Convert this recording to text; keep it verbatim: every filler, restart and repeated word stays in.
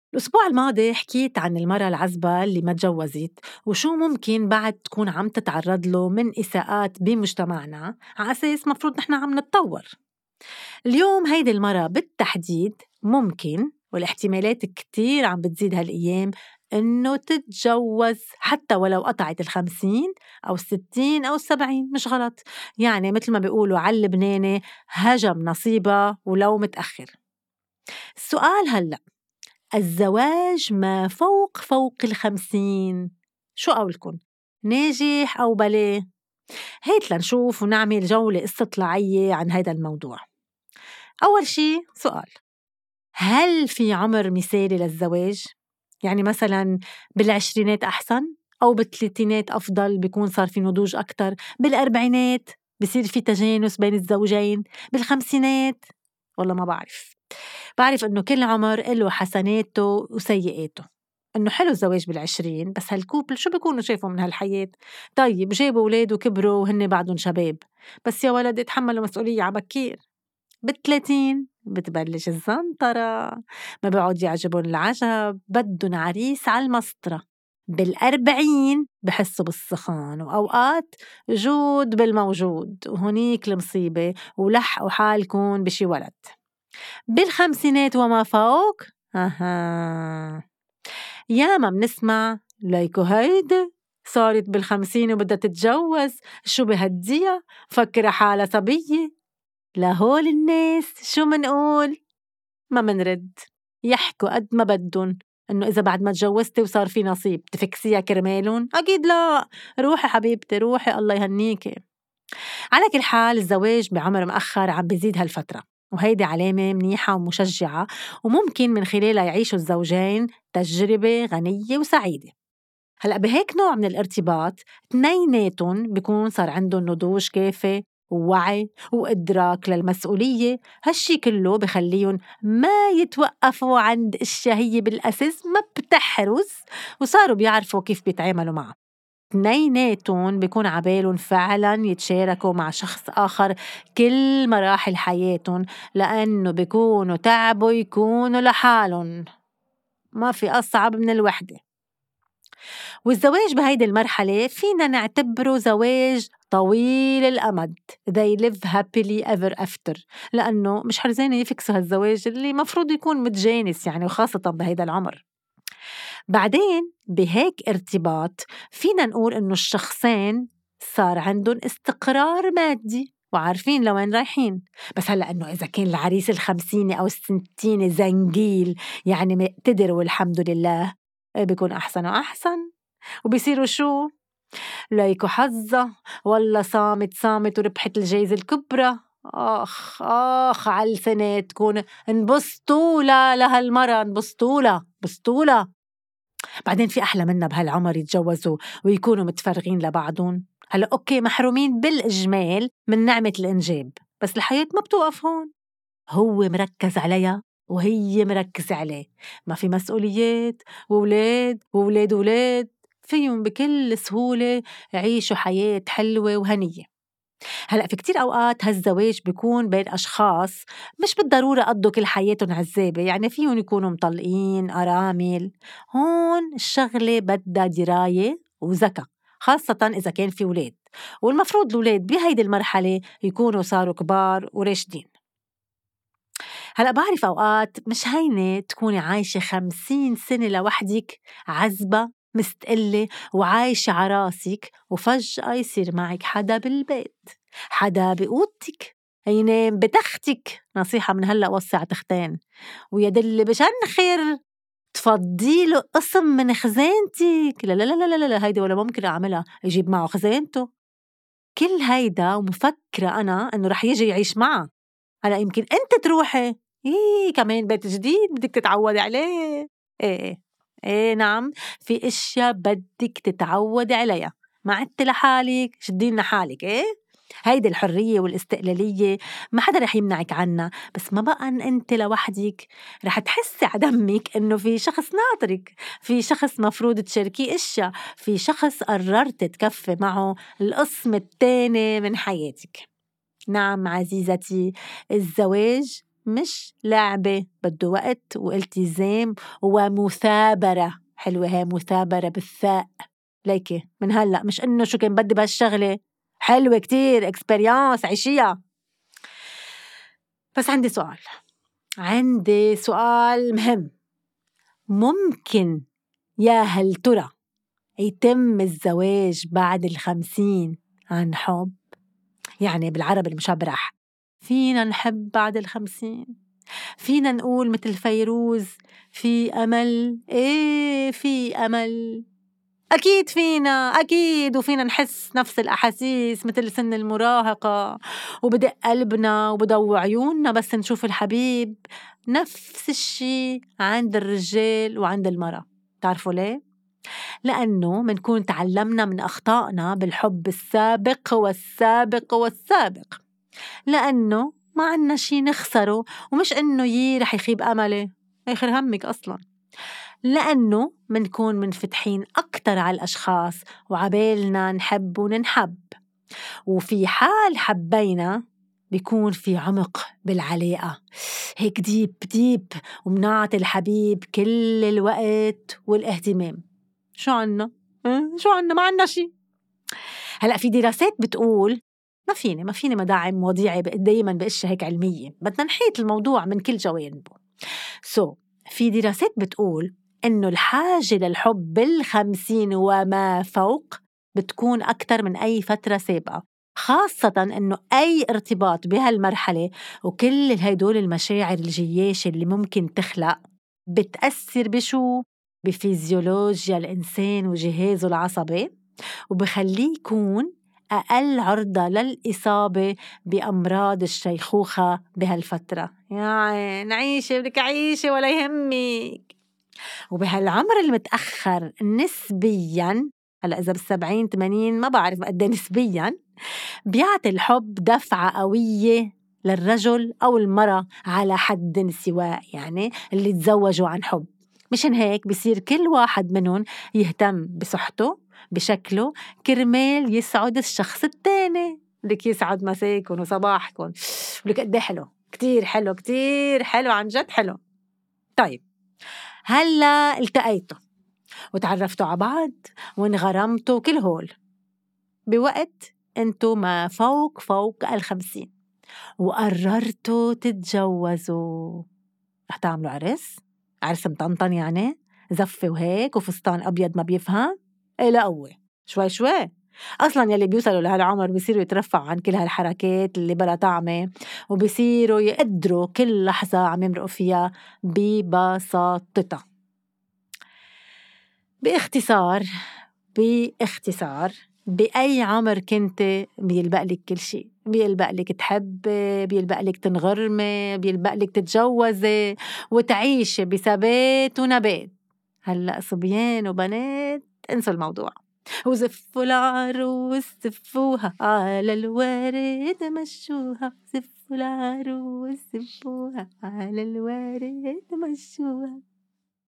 الأسبوع الماضي حكيت عن المرأة العزبة اللي ما تجوزت وشو ممكن بعد تكون عم تتعرض له من إساءات بمجتمعنا على أساس مفروض نحن عم نتطور. اليوم هيدي المرأة بالتحديد ممكن والاحتمالات كتير عم بتزيد هالأيام إنه تتجوز حتى ولو قطعت الخمسين أو الستين أو السبعين، مش غلط. يعني مثل ما بيقولوا على اللبناني هجم نصيبها ولو متأخر. السؤال هلأ، الزواج ما فوق فوق الخمسين شو قولكن؟ ناجح أو بلاه؟ هيت لنشوف ونعمل جولة استطلاعية عن هذا الموضوع. أول شي سؤال، هل في عمر مثالي للزواج؟ يعني مثلا بالعشرينات أحسن أو بالثلاثينات أفضل بيكون صار في نضوج أكتر، بالأربعينات بصير في تجانس بين الزوجين، بالخمسينات والله ما بعرف. بعرف إنه كل عمر له حسناته وسيئاته، إنه حلو الزواج بالعشرين بس هالكوبل شو بيكونوا شافوا من هالحياة؟ طيب جابوا أولاد وكبروا وهن بعدهم شباب، بس يا ولد اتحملوا مسؤولية عبكير. بالثلاثين بتبلش الزنطرة، ما بيعود يعجبون العجب، بدون عريس على المسطرة. بالأربعين بحسوا بالسخان وأوقات جود بالموجود، وهنيك المصيبة ولحقوا حالكم بشي ولد. بالخمسينات وما فوق أها ياما منسمع ليكو هيدي صارت بالخمسين وبدها تتجوز، شو بهديها فكر حالها صبية. لهول الناس شو منقول؟ ما منرد، يحكوا قد ما بدن إنه إذا بعد ما تجوزتي وصار في نصيب تفكسيها كرمالون؟ أكيد لا، روحي حبيبتي روحي الله يهنيكي. على كل حال الزواج بعمر مأخر عم بيزيد هالفترة، وهيدي علامة منيحة ومشجعة، وممكن من خلالها يعيشوا الزوجين تجربة غنية وسعيدة. هلأ بهيك نوع من الارتباط اثنيناتهم بيكون صار عندهم نضوج كافي ووعي وإدراك للمسؤولية. هالشي كله بخليهم ما يتوقفوا عند الشهية بالأساس ما بتحرز، وصاروا بيعرفوا كيف بيتعاملوا معها. اثنيناتهم بيكون عبالهم فعلا يتشاركوا مع شخص آخر كل مراحل حياتهم، لأنه بيكونوا تعبوا يكونوا لحالهم، ما في أصعب من الوحدة. والزواج بهيدي المرحلة فينا نعتبره زواج طويل الأمد، they live happily ever after، لأنه مش حرزين يفكسوا هالزواج اللي مفروض يكون متجانس يعني، وخاصة بهيدا العمر. بعدين بهيك ارتباط فينا نقول إنه الشخصين صار عندهم استقرار مادي وعارفين لوين رايحين. بس هلأ إنه إذا كان العريس الخمسيني أو الستيني زنجيل يعني مقتدر والحمد لله، بيكون أحسن وأحسن، وبيصيروا شو ليكو حظة والله صامت صامت وربحت الجايزة الكبرى. آخ آخ على السنة تكون انبسطولة لهالمرة، انبسطولة بسطولة. بعدين في أحلى منا بهالعمر يتجوزوا ويكونوا متفرغين لبعضهم. هلأ أوكي محرومين بالإجمال من نعمة الإنجاب، بس الحياة ما بتوقف هون. هو مركز عليها وهي مركزة عليه، ما في مسؤوليات وولاد وولاد وولاد، فيهم بكل سهولة يعيشوا حياة حلوة وهنية. هلأ في كتير أوقات هالزواج بيكون بين أشخاص مش بالضرورة قضوا كل حياتهم عزابة، يعني فيهم يكونوا مطلقين أرامل. هون الشغلة بدها دراية وذكاء، خاصة إذا كان في ولاد، والمفروض الولاد بهيدي المرحلة يكونوا صاروا كبار وراشدين. هلأ بعرف أوقات مش هينة تكوني عايشة خمسين سنة لوحدك عزبة مستقلة وعايشة عراسك، وفجأة يصير معك حدا بالبيت، حدا بأوضتك، ينام بتختك. نصيحة من هلأ وسع تختين، ويدل بشنخر تفضيله قسم من خزانتك. لا لا لا لا لا هيدي ولا ممكن أعملها، يجيب معه خزانته كل هيدا، ومفكرة أنا أنه رح يجي يعيش معه. هلأ يمكن أنت تروحي إيه كمان بيت جديد بدك تتعودي عليه. إيه إيه إيه نعم، في إشياء بدك تتعودي عليها، ما عدت لحالك شدينا حالك. إيه هيدي الحرية والاستقلالية ما حدا رح يمنعك عنها، بس ما بقى أن أنت لوحدك رح تحسي عدمك إنه في شخص ناطرك، في شخص مفروض تشاركيه إشياء، في شخص قررت تكفي معه القسم التاني من حياتك. نعم عزيزتي، الزواج مش لعبة، بده وقت والتزام ومثابرة. حلوة هي مثابرة بالثاء، ليكي من هلأ، مش إنه شو كان بدي بهالشغلة. حلوة كتير، إكسبريانس عيشيها. بس عندي سؤال عندي سؤال مهم. ممكن يا هل ترى يتم الزواج بعد الخمسين عن حب؟ يعني بالعربي المشبرح، فينا نحب بعد الخمسين؟ فينا نقول مثل فيروز في أمل؟ إيه في أمل، أكيد فينا، أكيد. وفينا نحس نفس الأحاسيس مثل سن المراهقة، وبدق قلبنا وبضوي عيوننا بس نشوف الحبيب. نفس الشي عند الرجال وعند المرأة. تعرفوا ليه؟ لأنه منكون تعلمنا من أخطائنا بالحب السابق والسابق والسابق، لأنه ما عنا شي نخسره، ومش إنه يي رح يخيب أمله، آخر همك أصلاً. لأنه منكون منفتحين أكتر على الأشخاص وعبالنا نحب وننحب، وفي حال حبينا بيكون في عمق بالعلاقة، هيك ديب ديب، ومنعطي الحبيب كل الوقت والاهتمام. شو عنا؟ اه؟ شو عنا؟ ما عنا شي. هلأ في دراسات بتقول ما فيني ما فيني مدعم مواضيعي دايما بأشياء هيك علمية، بدنا نحيط الموضوع من كل جوانبه. سو so, في دراسات بتقول إنه الحاجة للحب بالخمسين وما فوق بتكون أكتر من أي فترة سابقة، خاصة إنه أي ارتباط بهالمرحلة وكل هيدول المشاعر الجياشة اللي ممكن تخلق بتأثر بشو؟ بفيزيولوجيا الإنسان وجهازه العصبي، وبخليه يكون أقل عرضة للإصابة بأمراض الشيخوخة بهالفترة. يعني نعيش بدك عيشة ولا يهمك. وبهالعمر المتأخر نسبياً، هلأ إذا بالسبعين ثمانين ما بعرف قد نسبياً، بيعطي الحب دفعة قوية للرجل أو المرأة على حد سواء، يعني اللي تزوجوا عن حب. مشان هيك بصير كل واحد منهم يهتم بصحته بشكله كرمال يسعد الشخص التاني. بدك يسعد مساكن وصباحكن، بدك قد حلو، كتير حلو، كتير حلو، عن جد حلو. طيب هلا التقيتوا وتعرفتوا على بعض وانغرمتوا كل هول بوقت انتو ما فوق فوق الخمسين، وقررتوا تتجوزوا. رح تعملوا عرس؟ عرس مطنطن يعني، زفة وهيك وفستان أبيض ما بيفهم؟ إيه لا قوة، شوي شوي. أصلاً يلي بيوصلوا لهالعمر بيصيروا يترفعوا عن كل هالحركات اللي بلا طعمة، وبيصيروا يقدروا كل لحظة عم يمرقوا فيها ببساطتها. باختصار باختصار بأي عمر كنت بيلبقلك كل شيء، بيلبقلك تحبي، بيلبقلك تنغرمي، بيلبقلك تتجوزي وتعيشي بثبات ونبات. هلأ صبيان وبنات انسوا الموضوع، وزفوا العروس زفوها على الوارد مشوها، زفوا العروس زفوها على الوارد مشوها.